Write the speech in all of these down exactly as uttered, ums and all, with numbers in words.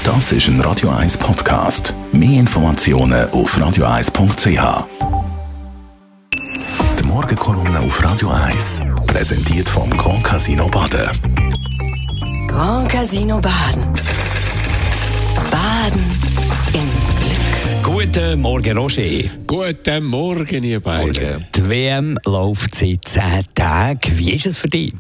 Das ist ein Radio eins Podcast. Mehr Informationen auf radio eins punkt c h. Die Morgenkolumne auf Radio eins, präsentiert vom Grand Casino Baden. Grand Casino Baden. Baden im Glück. Guten Morgen, Roger. Guten Morgen, ihr beiden. Die W M läuft seit zehn Tagen. Wie ist es für dich?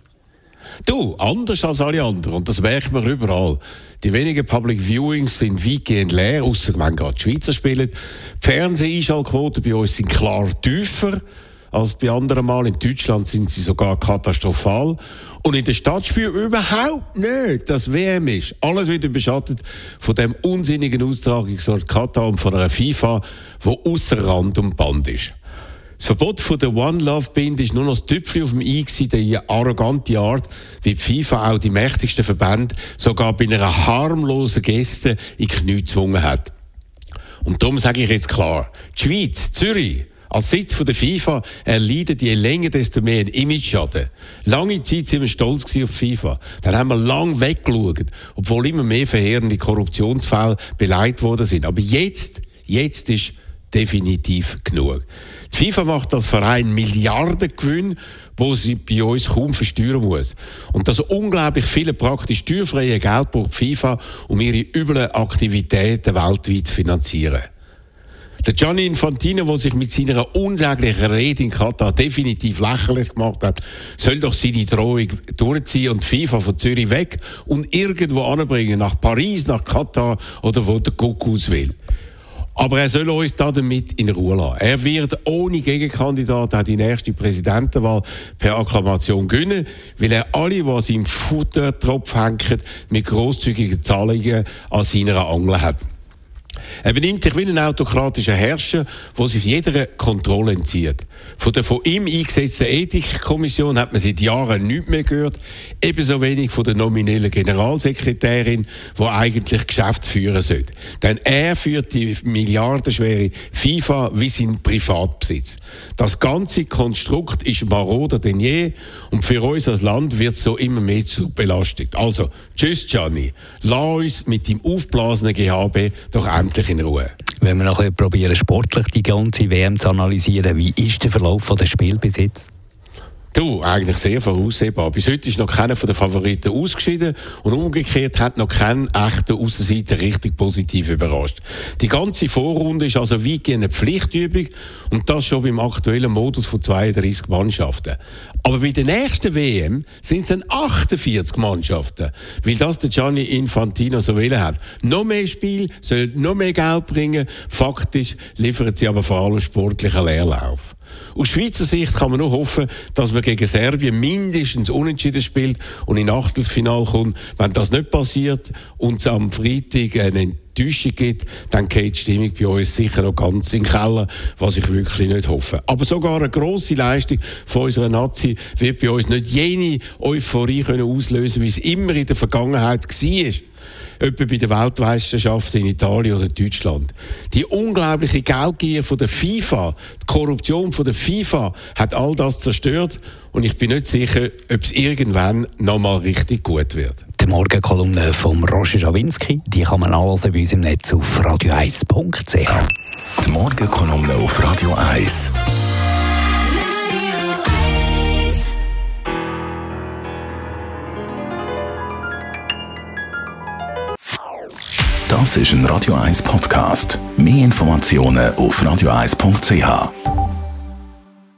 Du, anders als alle anderen, und das merkt man überall. Die wenigen Public Viewings sind weitgehend leer, ausser wenn gerade die Schweizer spielen. Die Fernseh-Einschaltquoten bei uns sind klar tiefer als bei anderen Mal. In Deutschland sind sie sogar katastrophal. Und in den Stadtspielen überhaupt nicht, dass W M ist. Alles wird überschattet von dem unsinnigen Austragungsort Katar und von einer FIFA, die ausser Rand und Band ist. Das Verbot von der One Love Binde ist nur noch das Tüpfchen auf dem i gewesen, der arrogante Art, wie die FIFA auch die mächtigsten Verbände sogar bei einer harmlosen Geste in die Knie gezwungen hat. Und darum sage ich jetzt klar, die Schweiz, Zürich, als Sitz von der FIFA erleidet je länger, desto mehr einen Image-Schaden. Lange Zeit sind wir stolz auf die FIFA. Dann haben wir lang weggeschaut, obwohl immer mehr verheerende Korruptionsfälle beleidigt worden sind. Aber jetzt, jetzt ist definitiv genug. Die FIFA macht als Verein Milliardengewinn, wo sie bei uns kaum versteuern muss. Und das unglaublich viele praktisch steuerfreie Geld braucht die FIFA, um ihre üblen Aktivitäten weltweit zu finanzieren. Der Gianni Infantino, der sich mit seiner unsäglichen Rede in Katar definitiv lächerlich gemacht hat, soll doch seine Drohung durchziehen und die FIFA von Zürich weg und irgendwo anbringen, nach Paris, nach Katar oder wo der Kuckuck will. Aber er soll uns damit in Ruhe lassen. Er wird ohne Gegenkandidat auch die nächste Präsidentenwahl per Akklamation gewinnen, weil er alle, die seinem Futtertropf hängen, mit grosszügigen Zahlungen an seiner Angel hat. Er benimmt sich wie ein autokratischer Herrscher, der sich jeder Kontrolle entzieht. Von der von ihm eingesetzten Ethikkommission hat man seit Jahren nichts mehr gehört. Ebenso wenig von der nominellen Generalsekretärin, die eigentlich Geschäft führen sollte. Denn er führt die milliardenschwere FIFA wie sein Privatbesitz. Das ganze Konstrukt ist maroder denn je und für uns als Land wird es so immer mehr zu belastet. Also, tschüss Gianni, lass uns mit dem aufblasenen G H B doch endlich in Ruhe. Wenn wir noch ein bisschen probieren, sportlich die ganze W M zu analysieren, wie ist der Verlauf des Spiels bis jetzt? Du, eigentlich sehr voraussehbar. Bis heute ist noch keiner von den Favoriten ausgeschieden und umgekehrt hat noch kein echter Aussenseiter richtig positiv überrascht. Die ganze Vorrunde ist also weitgehend eine Pflichtübung und das schon beim aktuellen Modus von zweiunddreissig Mannschaften. Aber bei der nächsten W M sind es dann achtundvierzig Mannschaften, weil das der Gianni Infantino so wählen hat. Noch mehr Spiel, soll noch mehr Geld bringen, faktisch liefern sie aber vor allem sportlichen Leerlauf. Aus Schweizer Sicht kann man nur hoffen, dass man gegen Serbien mindestens unentschieden spielt und in Achtelfinale kommt. Wenn das nicht passiert und es am Freitag eine Enttäuschung gibt, dann geht die Stimmung bei uns sicher noch ganz in den Keller, was ich wirklich nicht hoffe. Aber sogar eine grosse Leistung von unserer Nazi wird bei uns nicht jene Euphorie können auslösen, wie es immer in der Vergangenheit war. Etwa bei der Weltmeisterschaft in Italien oder Deutschland. Die unglaubliche Geldgier von der FIFA, die Korruption von der FIFA hat all das zerstört und ich bin nicht sicher, ob es irgendwann noch mal richtig gut wird. Die Morgenkolumne von Roger Schawinski, die kann man anhören bei uns im Netz auf radio eins punkt c h. Die Morgenkolumne auf Radio eins. Das ist ein Radio eins Podcast. Mehr Informationen auf radio eins punkt c h.